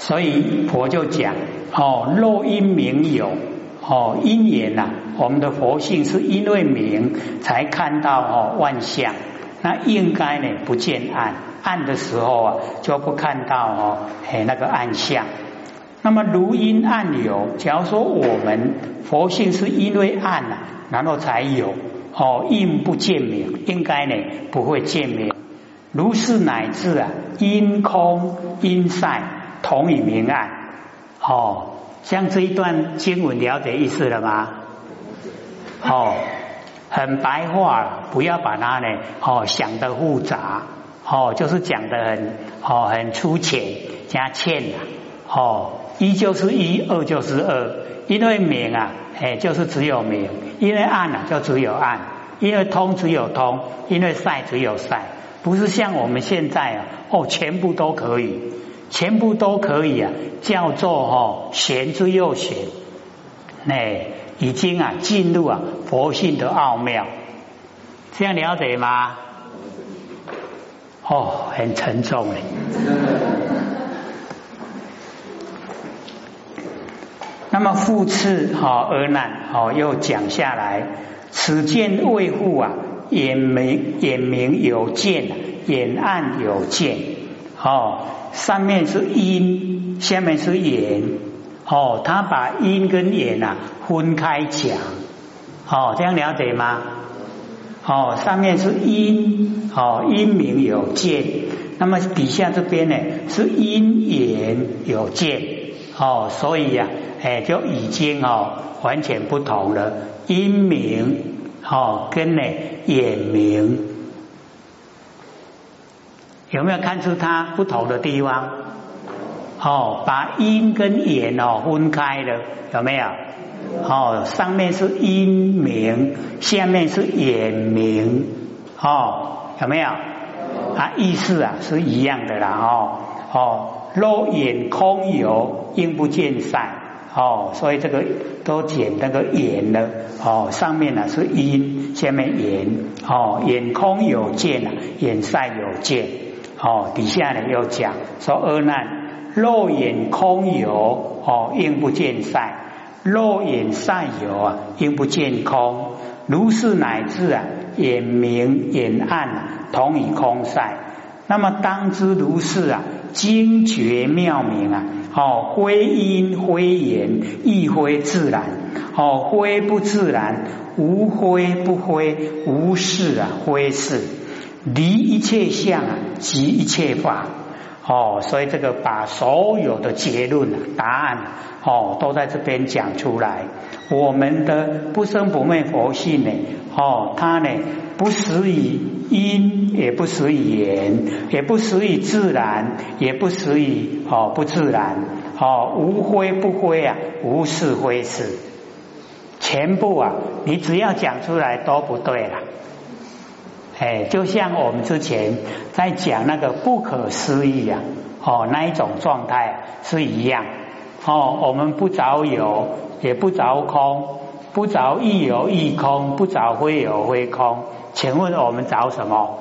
所以佛就讲若因名有因缘呐，我们的佛性是因为名才看到万象，那应该呢不见暗，暗的时候啊就不看到那个暗象。那么如因暗有，假如说我们佛性是因为暗啊，然后才有应不见明，应该呢不会见明。如是乃至啊因空因塞同以明暗。像这一段经文了解意思了吗？很白话了，不要把它呢想得复杂，就是讲得很粗浅加欠了。一就是一，二就是二，因为明啊就是只有明，因为暗啊就只有暗，因为通只有通，因为塞只有塞，不是像我们现在全部都可以，全部都可以啊，叫做玄之又玄，已经进入佛性的奥妙，这样了解吗？很沉重嘞。那么复次阿难又讲下来，此见为复眼明有见，眼暗有见。上面是因，下面是眼。他把因跟眼分开讲。这样了解吗？上面是因，因明有见。那么底下这边呢是因眼有见。所以就已经完全不同了。因明跟眼明，有没有看出它不同的地方？把因跟眼分开了，有没有？上面是因明，下面是眼明，有没有？意思是一样的啦。若眼空有，应不见塞。所以这个都减那个眼了。上面是因，下面眼。眼空有见眼塞有见。底下呢又讲说阿难，若眼空有应不见塞，若眼塞有应不见空。如是乃至眼明眼暗同以空塞。那么当知如是精绝妙明非因非言亦非自然，非不自然，无非不非，无是非是，离一切相即一切法。所以这个把所有的结论答案都在这边讲出来。我们的不生不灭佛性呢，它呢不实以因，也不实以言，也不实以自然，也不实以不自然。无非不非无是非是，全部你只要讲出来都不对了。就像我们之前在讲那个不可思议那一种状态是一样。我们不着有，也不着空，不着亦有亦空，不着非有非空。请问我们着什么？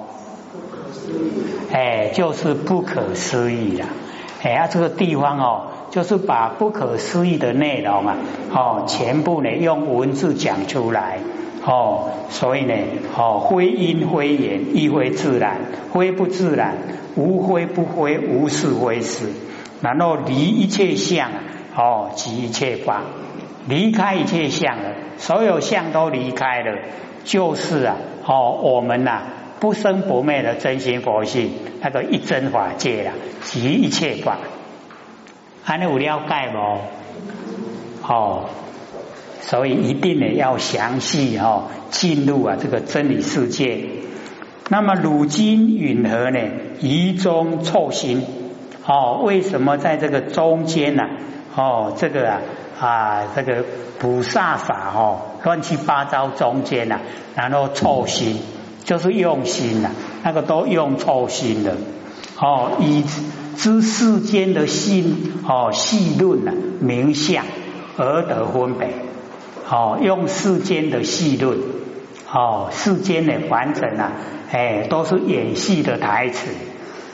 就是不可思议了。这个地方就是把不可思议的内容全部呢用文字讲出来。所以呢非因非言亦非自然，非不自然，无非不非，无是非是。然后离一切相即一切法，离开一切相了，所有相都离开了，就是我们不生不灭的真心佛性，那个一真法界啦，即一切法。这样有了解无？所以一定呢要详细进入这个真理世界。那么汝今云何呢？疑中错心。为什么在这个中间呢？这个这个菩萨法乱七八糟中间然后错心，就是用心那个都用错心了。以知世间的心细论名相而得分别。用世间的戏论，世间的凡尘都是演戏的台词。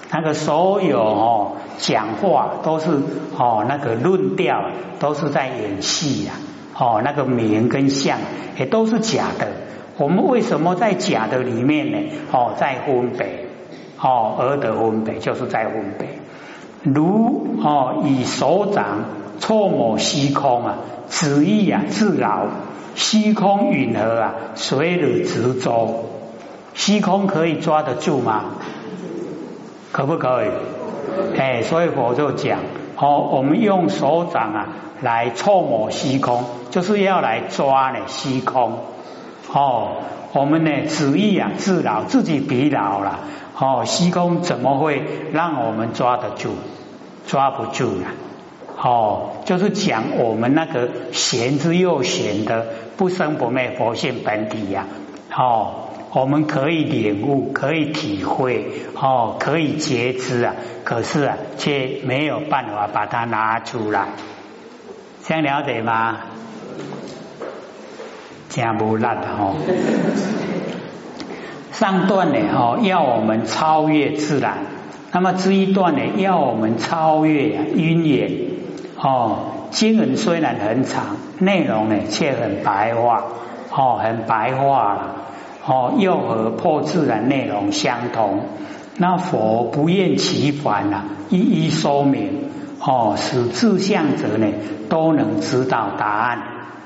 那个所有讲话都是那个论调都是在演戏那个名跟相也都是假的。我们为什么在假的里面呢？在分别而得分别，就是在分别。如以手掌触摸虚空旨意自饶，虚空允和随日直周。虚空可以抓得住吗？可不可以？所以佛就讲我们用手掌来触摸虚空，就是要来抓呢虚空。我们呢旨意自饶，自己疲劳了。虚空怎么会让我们抓得住？抓不住了。就是讲我们那个玄之又玄的不生不灭佛性本体我们可以领悟，可以体会可以觉知可是却没有办法把它拿出来。这样了解吗？真不烂的上段呢要我们超越自然，那么这一段呢要我们超越因缘。经文虽然很长，内容呢却很白话很白话了。又和破自然内容相同，那佛不厌其烦一一说明使志向者呢都能知道答案。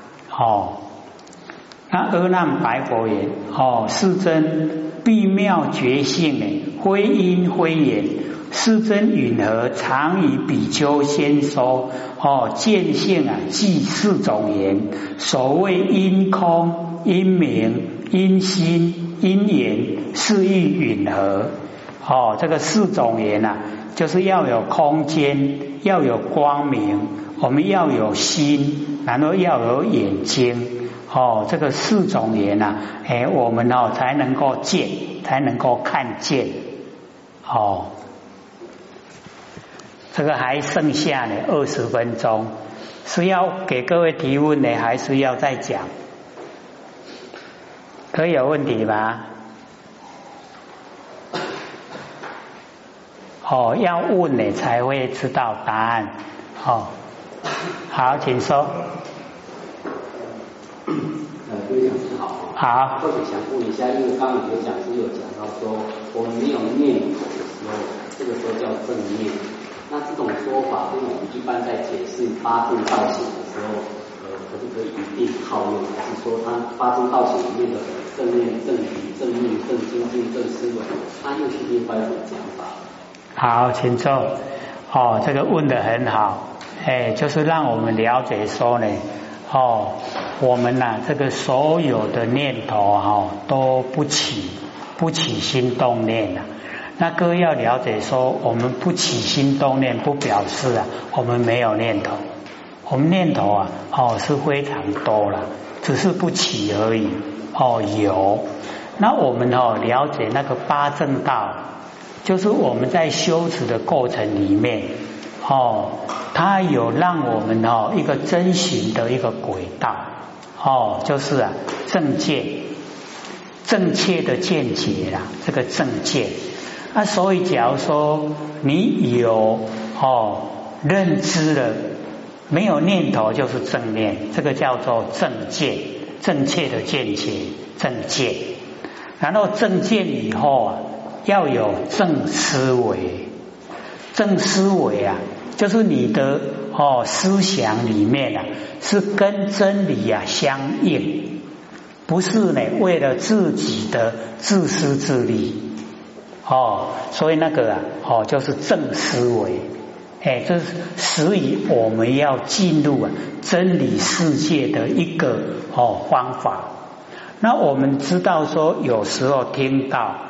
那阿难白佛言世尊，必妙觉性呢非因非缘，世尊允何常以比丘先说见性即四种言，所谓因空、因明、因心、因缘，是亦允何。这个四种言就是要有空间，要有光明，我们要有心，然后要有眼睛。这个四种言我们才能够见，才能够看见。这个还剩下呢20分钟，是要给各位提问呢，还是要再讲？可以有问题吗？要问呢才会知道答案。好，请说。 各位讲师好。 好。 或者想问一下，因为刚刚有讲师有讲到说，我们没有念头的时候，这个时候叫正念。那这种说法，跟我们一般在解释八正道行的时候，可不可以一并套用？还是说，它八正道行里面的正念、正体、正命、正精进、正思维，它又是另外一种讲法？ 好，请坐。这个问得很好，就是让我们了解说呢，我们这个所有的念头都不起心动念那各位要了解说，我们不起心动念，不表示我们没有念头。我们念头是非常多了，只是不起而已。有。那我们了解那个八正道，就是我们在修持的过程里面它有让我们一个真行的一个轨道就是正见，正确的见解啦，这个正见。所以假如说你有认知了，没有念头就是正念，这个叫做正见，正确的见解，正见。然后正见以后要有正思维，正思维就是你的思想里面是跟真理相应，不是呢为了自己的自私自利。所以那个就是正思维。这是使以我们要进入真理世界的一个方法。那我们知道说，有时候听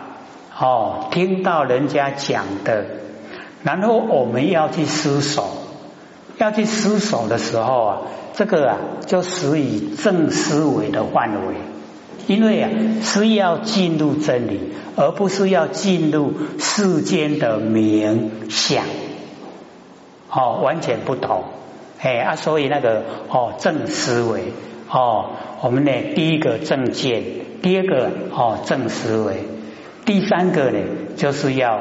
到人家讲的，然后我们要去思索，的时候这个就属于正思维的范围。因为是要进入真理，而不是要进入世间的名相，完全不同。所以那个正思维我们呢，第一个正见，第二个正思维，第三个呢就是要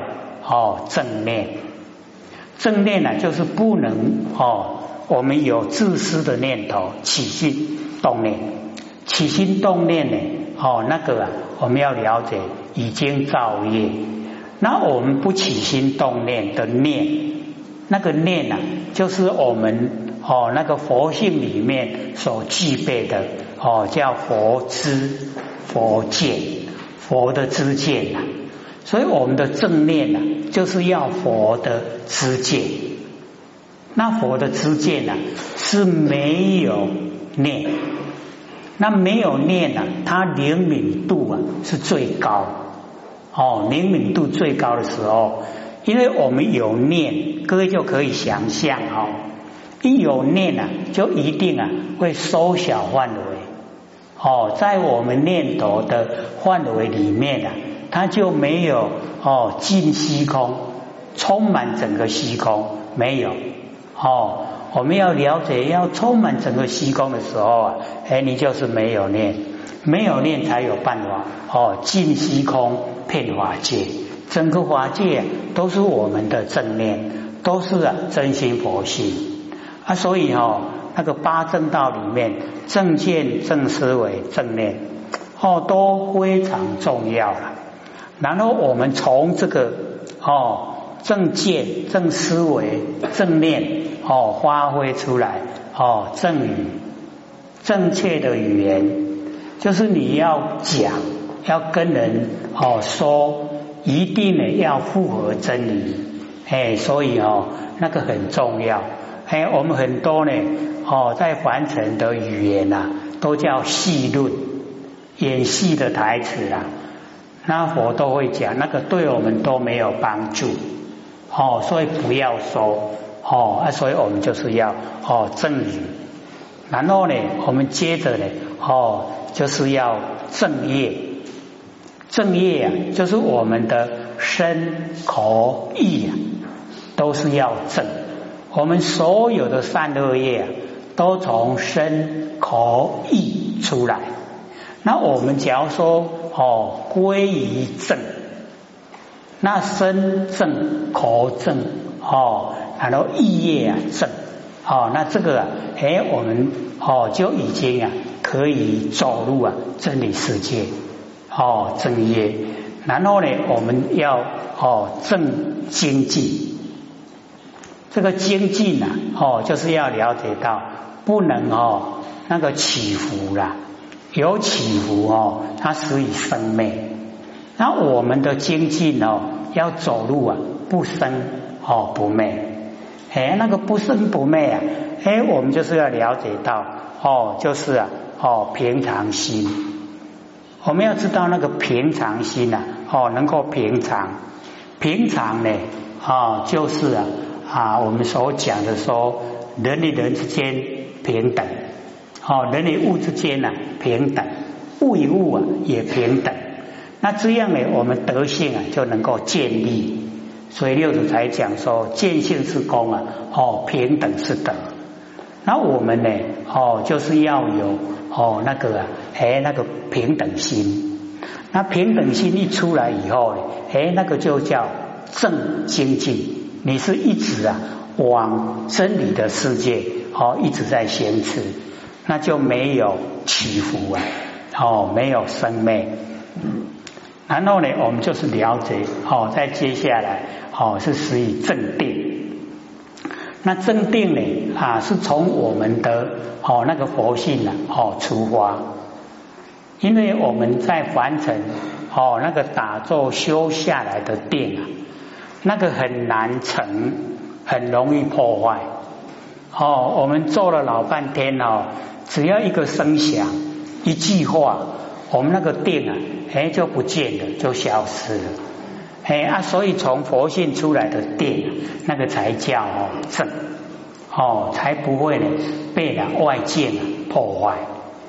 正念。正念呢，就是不能我们有自私的念头，起心动念。起心动念呢，那个我们要了解已经造业。那我们不起心动念的念，那个念就是我们那个佛性里面所具备的叫佛知佛见，佛的知见所以我们的正念就是要佛的知见。那佛的知见是没有念，那没有念它灵敏度是最高。灵敏度最高的时候，因为我们有念，各位就可以想象一有念就一定会缩小范围。在我们念头的范围里面它就没有尽虚空，充满整个虚空，没有。我们要了解要充满整个虚空的时候你就是没有念，没有念才有办法尽虚空遍法界，整个法界都是我们的正念，都是真心佛性所以那个八正道里面正见、正思维、正念都非常重要了。然后我们从这个正见、正思维、正念发挥出来正语，正确的语言，就是你要讲，要跟人说，一定要符合真理所以那个很重要我们很多呢在凡尘的语言都叫戏论，演戏的台词那佛都会讲，那个对我们都没有帮助所以不要说所以我们就是要正语。然后呢我们接着呢就是要正业。正业就是我们的身口意都是要正。我们所有的善恶业都从身口意出来。那我们假如说归于正，那身正口正然后意业正那这个我们就已经可以走入真理世界正业。然后呢我们要正精进。这个精进就是要了解到不能那个起伏啦，有起伏它使以生灭。那我们的精进要走入不生不灭那个不生不灭我们就是要了解到就是平常心。我们要知道那个平常心能够平常。平常呢就是我们所讲的说人与人之间平等人与物之间平等，物与物也平等。那这样呢我们德性就能够建立。所以六祖才讲说见性是空平等是德。那我们呢就是要有那个那个平等心。那平等心一出来以后那个就叫正精进。你是一直往真理的世界一直在行持，那就没有起伏没有生灭。然后呢我们就是了解再接下来是使以正定。那正定呢是从我们的那个佛性出发。因为我们在凡尘那个打坐修下来的定那个很难成，很容易破坏我们做了老半天只要一个声响一句话，我们那个定就不见了，就消失了所以从佛性出来的定那个才叫正才不会呢被外界破坏。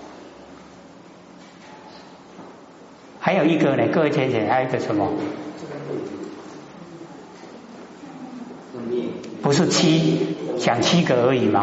还有一个呢，各位姐姐，还有一个什么？不是讲七个而已嘛？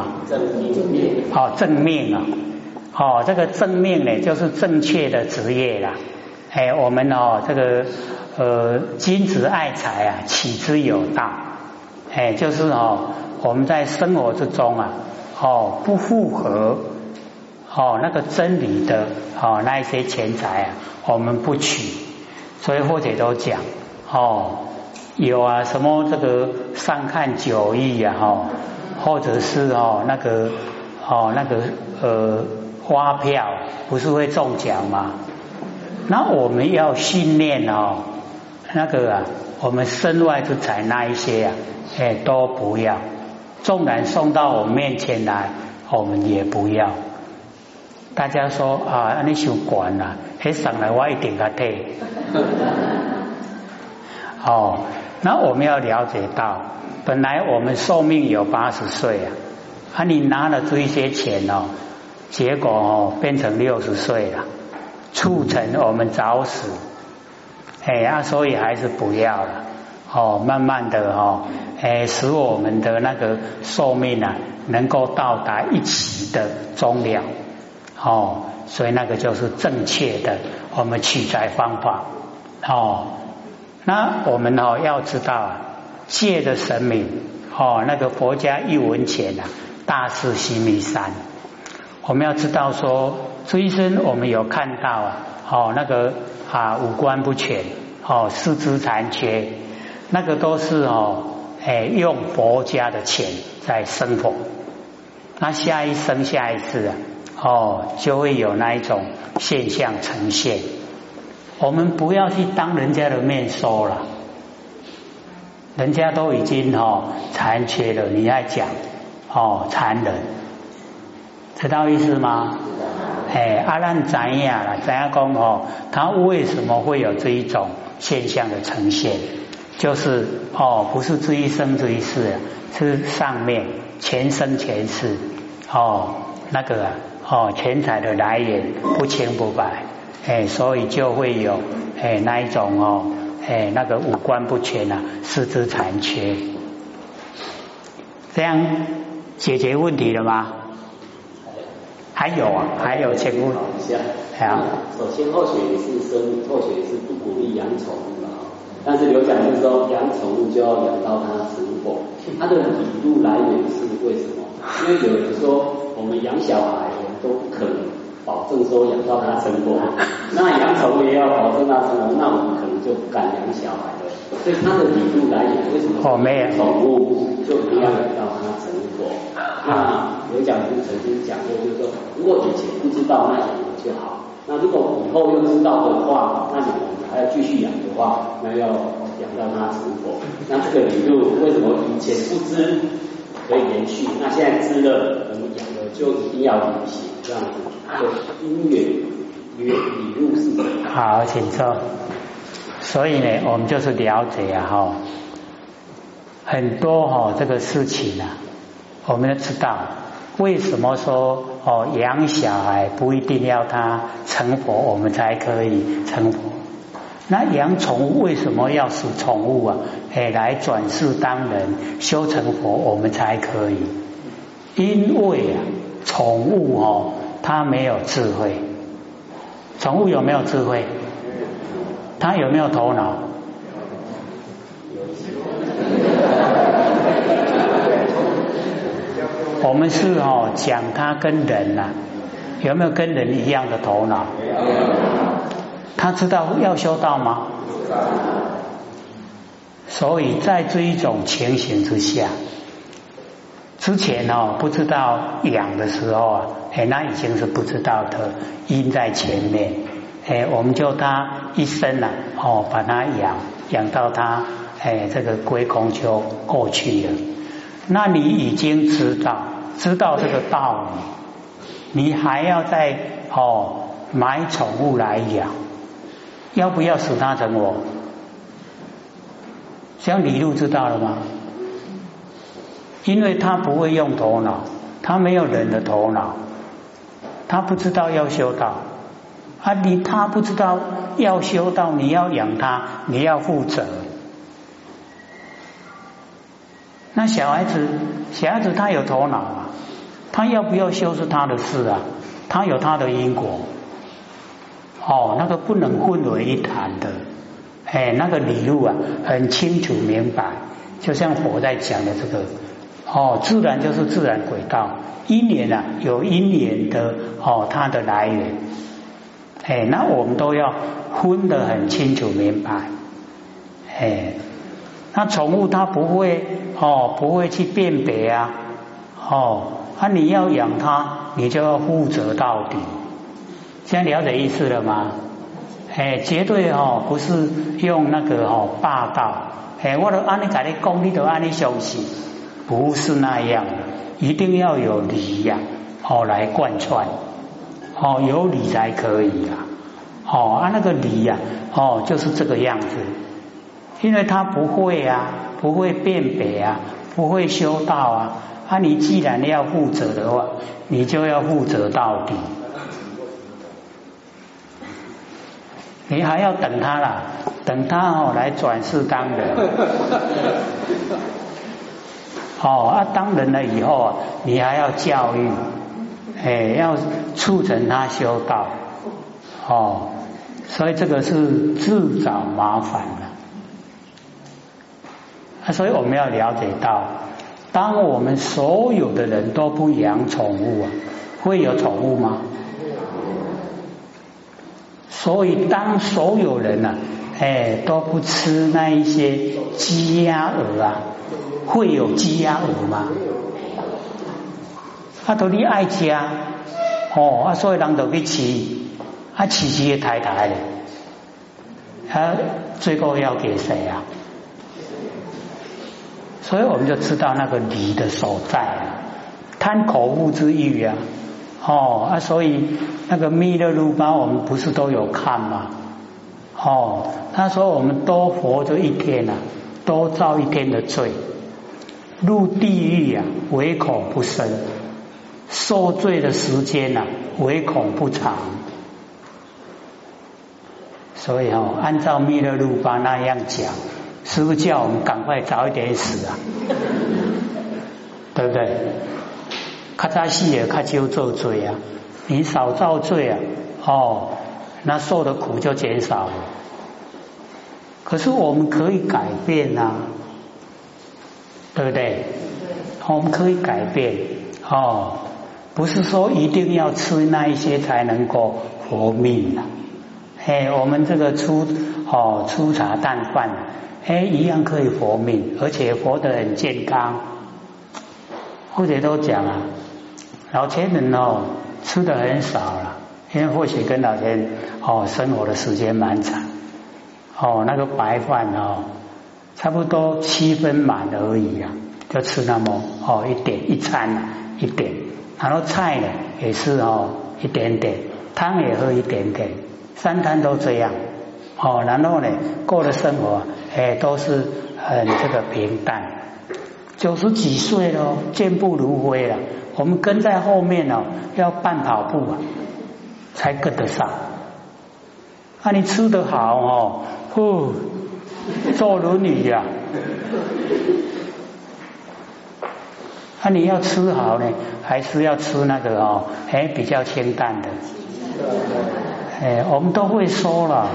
正面这个正面呢，就是正确的职业啦。 我们这个君子爱财啊，取之有道。就是我们在生活之中啊，不符合那个真理的那一些钱财啊，我们不取。所以或者都讲有啊什么这个上看9亿啊或者是那个发票不是会中奖吗？那我们要训练那个我们身外之财那一些啊，都不要。纵然送到我们面前来，我们也不要。大家说啊，你太管了，上来我一定给退。那我们要了解到，本来我们寿命有80岁啊，你拿了这一些钱结果变成60岁了，促成我们早死。所以还是不要了。慢慢的使我们的那个寿命啊，能够到达一期的终了。所以那个就是正确的我们取财方法。那我们要知道借的神明那个佛家1文钱啊，大士须弥山。我们要知道说，这一生我们有看到那个五官不全四肢残缺，那个都是用佛家的钱在生活。那下一生下一次就会有那一种现象呈现。我们不要去当人家的面收了，人家都已经残缺了，你还讲残忍，知道意思吗？阿难知影啦，知影讲他为什么会有这一种现象的呈现，就是不是这一生这一世，是上面前生前世那个钱财的来源不清不白，所以就会有那一种那个五官不全啊，四肢残缺。这样解决问题了吗？还有请问一下。首先后学也是生物，后学也是不鼓励养宠物的但是有讲就是说养宠物就要养到它成佛，它的理路来源是为什么？因为有人说我们养小孩我们都不可能保证说养到它成佛，那养宠物也要保证它成佛，那我们可能就不敢养小孩了。所以它的理路来源为什么宠物就一定要养到它成佛？那有讲师曾经讲过，就是说如果以前不知道，那养了就好。那如果以后又知道的话，那我们还要继续养的话，那要养到它成佛。那这个理路为什么以前不知可以延续？那现在知了，我们养了就一定要履行，这样子。它的因缘理路是什么？ 好，请说。所以呢，我们就是了解很多这个事情啊，我们要知道为什么说养小孩不一定要他成佛，我们才可以成佛。那养宠物为什么要使宠物啊来转世当人修成佛，我们才可以？因为宠物它没有智慧。宠物有没有智慧？它有没有头脑？我们是讲它跟人有没有跟人一样的头脑？他知道要修道吗？所以在这一种情形之下，之前不知道养的时候那已经是不知道的因在前面，我们就他一生把它养到他这个归空就过去了。那你已经知道这个道理，你还要再买宠物来养，要不要使它成佛？像理路知道了吗？因为他不会用头脑，他没有人的头脑，他不知道要修道他不知道要修道，你要养他，你要负责。那小孩子他有头脑他要不要修是他的事他有他的因果那个不能混为一谈的，那个理路啊很清楚明白，就像佛在讲的这个，自然就是自然轨道，因缘啊有因缘的它的来源，那我们都要分得很清楚明白，那宠物它不会去辨别啊，你要养它，你就要负责到底。现在了解意思了吗？绝对不是用那个霸道，我都按你跟你讲，你都按你相信，不是那样的，一定要有理呀，来贯穿，有理才可以啊，那个理呀，就是这个样子，因为他不会啊，不会辨别啊，不会修道啊，你既然要负责的话，你就要负责到底。你还要等他啦，等他来转世当人，当人了以后你还要教育，要促成他修道，所以这个是自找麻烦了。所以我们要了解到，当我们所有的人都不养宠物会有宠物吗？所以当所有人都不吃那一些鸡鸭鹅会有鸡鸭鹅吗？都你爱吃所以人都去吃，吃也太太的，最后要给谁啊？所以我们就知道那个理的所在贪口腹之欲所以那个弥勒如巴我们不是都有看吗？他说我们多活着一天多造一天的罪，入地狱唯恐不生，受罪的时间唯恐不长。所以按照弥勒如巴那样讲，师父叫我们赶快早一点死对不对？较早死的较少做罪你少造罪那受的苦就减少了。可是我们可以改变对不对？我们可以改变不是说一定要吃那一些才能够活命我们这个粗茶淡饭一样可以活命，而且活得很健康。或者都讲老前人吃的很少了，因为或许跟老前人生活的时间蛮长那个白饭差不多7分满而已就吃那么一点，一餐一点，然后菜呢也是一点点，汤也喝一点点，3餐都这样然后呢过的生活都是很这个平淡。90几岁了，健步如飞了，我们跟在后面要半跑步才跟得上。你吃得好坐轮椅你要吃好呢，还是要吃那个比较清淡的。我们都会说了。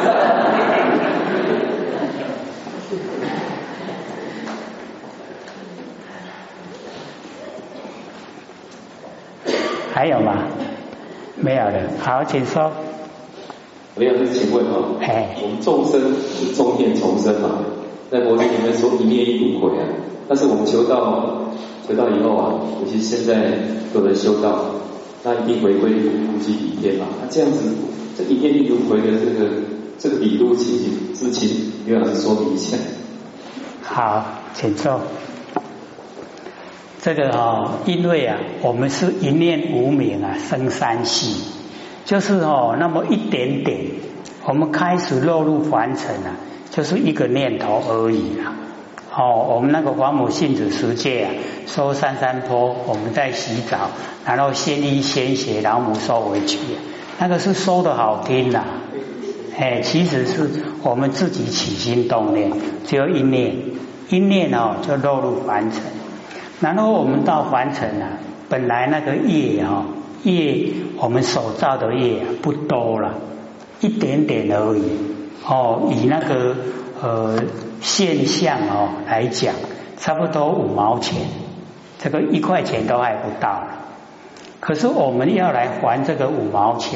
还有吗？没有了。好，请说。 没有，就是请问我们众生是终念重生在佛经里面说一念一轮回但是我们求道以后尤其现在有人修道，那一定回归无极体天那这样子，这一念一轮回的这个理路情形之情，刘老师说明一下。 好，请坐。这个因为我们是一念无明生三系，就是那么一点点，我们开始落入凡尘就是一个念头而已我们那个法母性子十界收三山坡，我们在洗澡，然后先医先血老母收回去那个是说的好听其实是我们自己起心动念，只有一念就落入凡尘。然后我们到凡尘本来那个业我们所造的业不多了一点点而已哦。以那个现象来讲，差不多5毛钱，这个1块钱都还不到。可是我们要来还这个5毛钱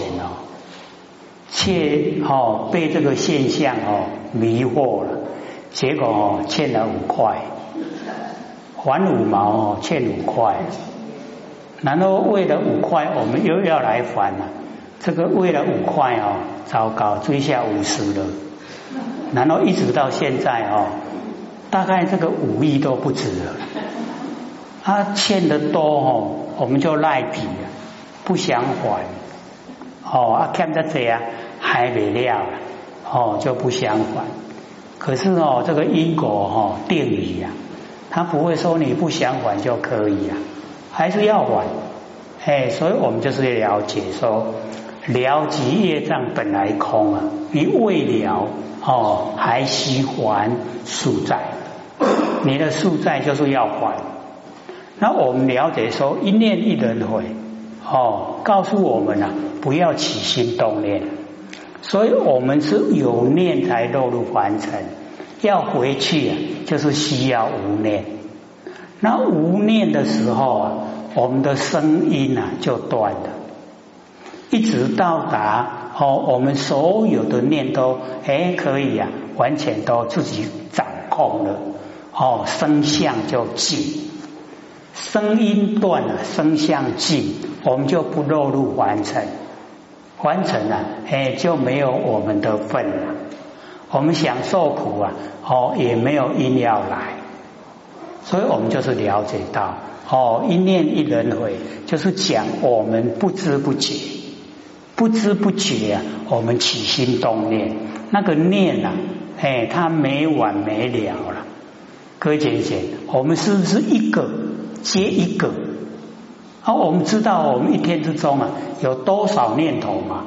却被这个现象迷惑了，结果欠了5块，还5毛欠5块，然后为了5块我们又要来还了，这个为了5块糟糕，追下50了，然后一直到现在大概这个5亿都不止了。欠的多我们就赖皮了，不想还欠得这样还没了就不想还。可是这个因果定理他不会说你不想还就可以还是要还。所以我们就是了解说，了即业障本来空你未了还须还宿债，你的宿债就是要还。那我们了解说一念一轮回告诉我们不要起心动念，所以我们是有念才落入凡尘，要回去就是需要无念。那无念的时候我们的声音就断了，一直到达我们所有的念都可以完全都自己掌控了声相就尽，声音断了，声相尽，我们就不落入凡尘。凡尘就没有我们的份了。我们想受苦也没有因要来。所以我们就是了解到一念一轮回，就是讲我们不知不觉，不知不觉我们起心动念，那个念它没完没了了。各位姐姐，我们是不是一个接一个我们知道我们一天之中有多少念头吗？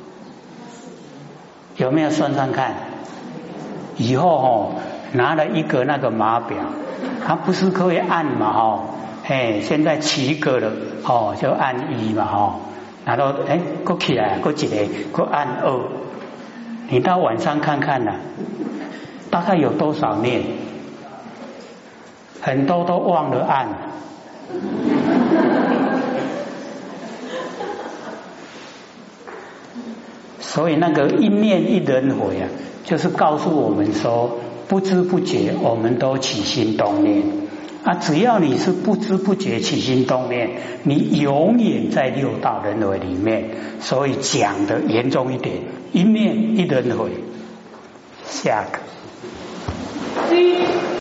有没有算算看？以后拿了一个那个码表，它不是可以按嘛现在7个了就按1嘛然后搁起来搁一个搁按2，你到晚上看看大概有多少念？很多都忘了按。所以那个一念一轮回就是告诉我们说，不知不觉我们都起心动念只要你是不知不觉起心动念，你永远在6道轮回里面。所以讲的严重一点，一念一轮回。下个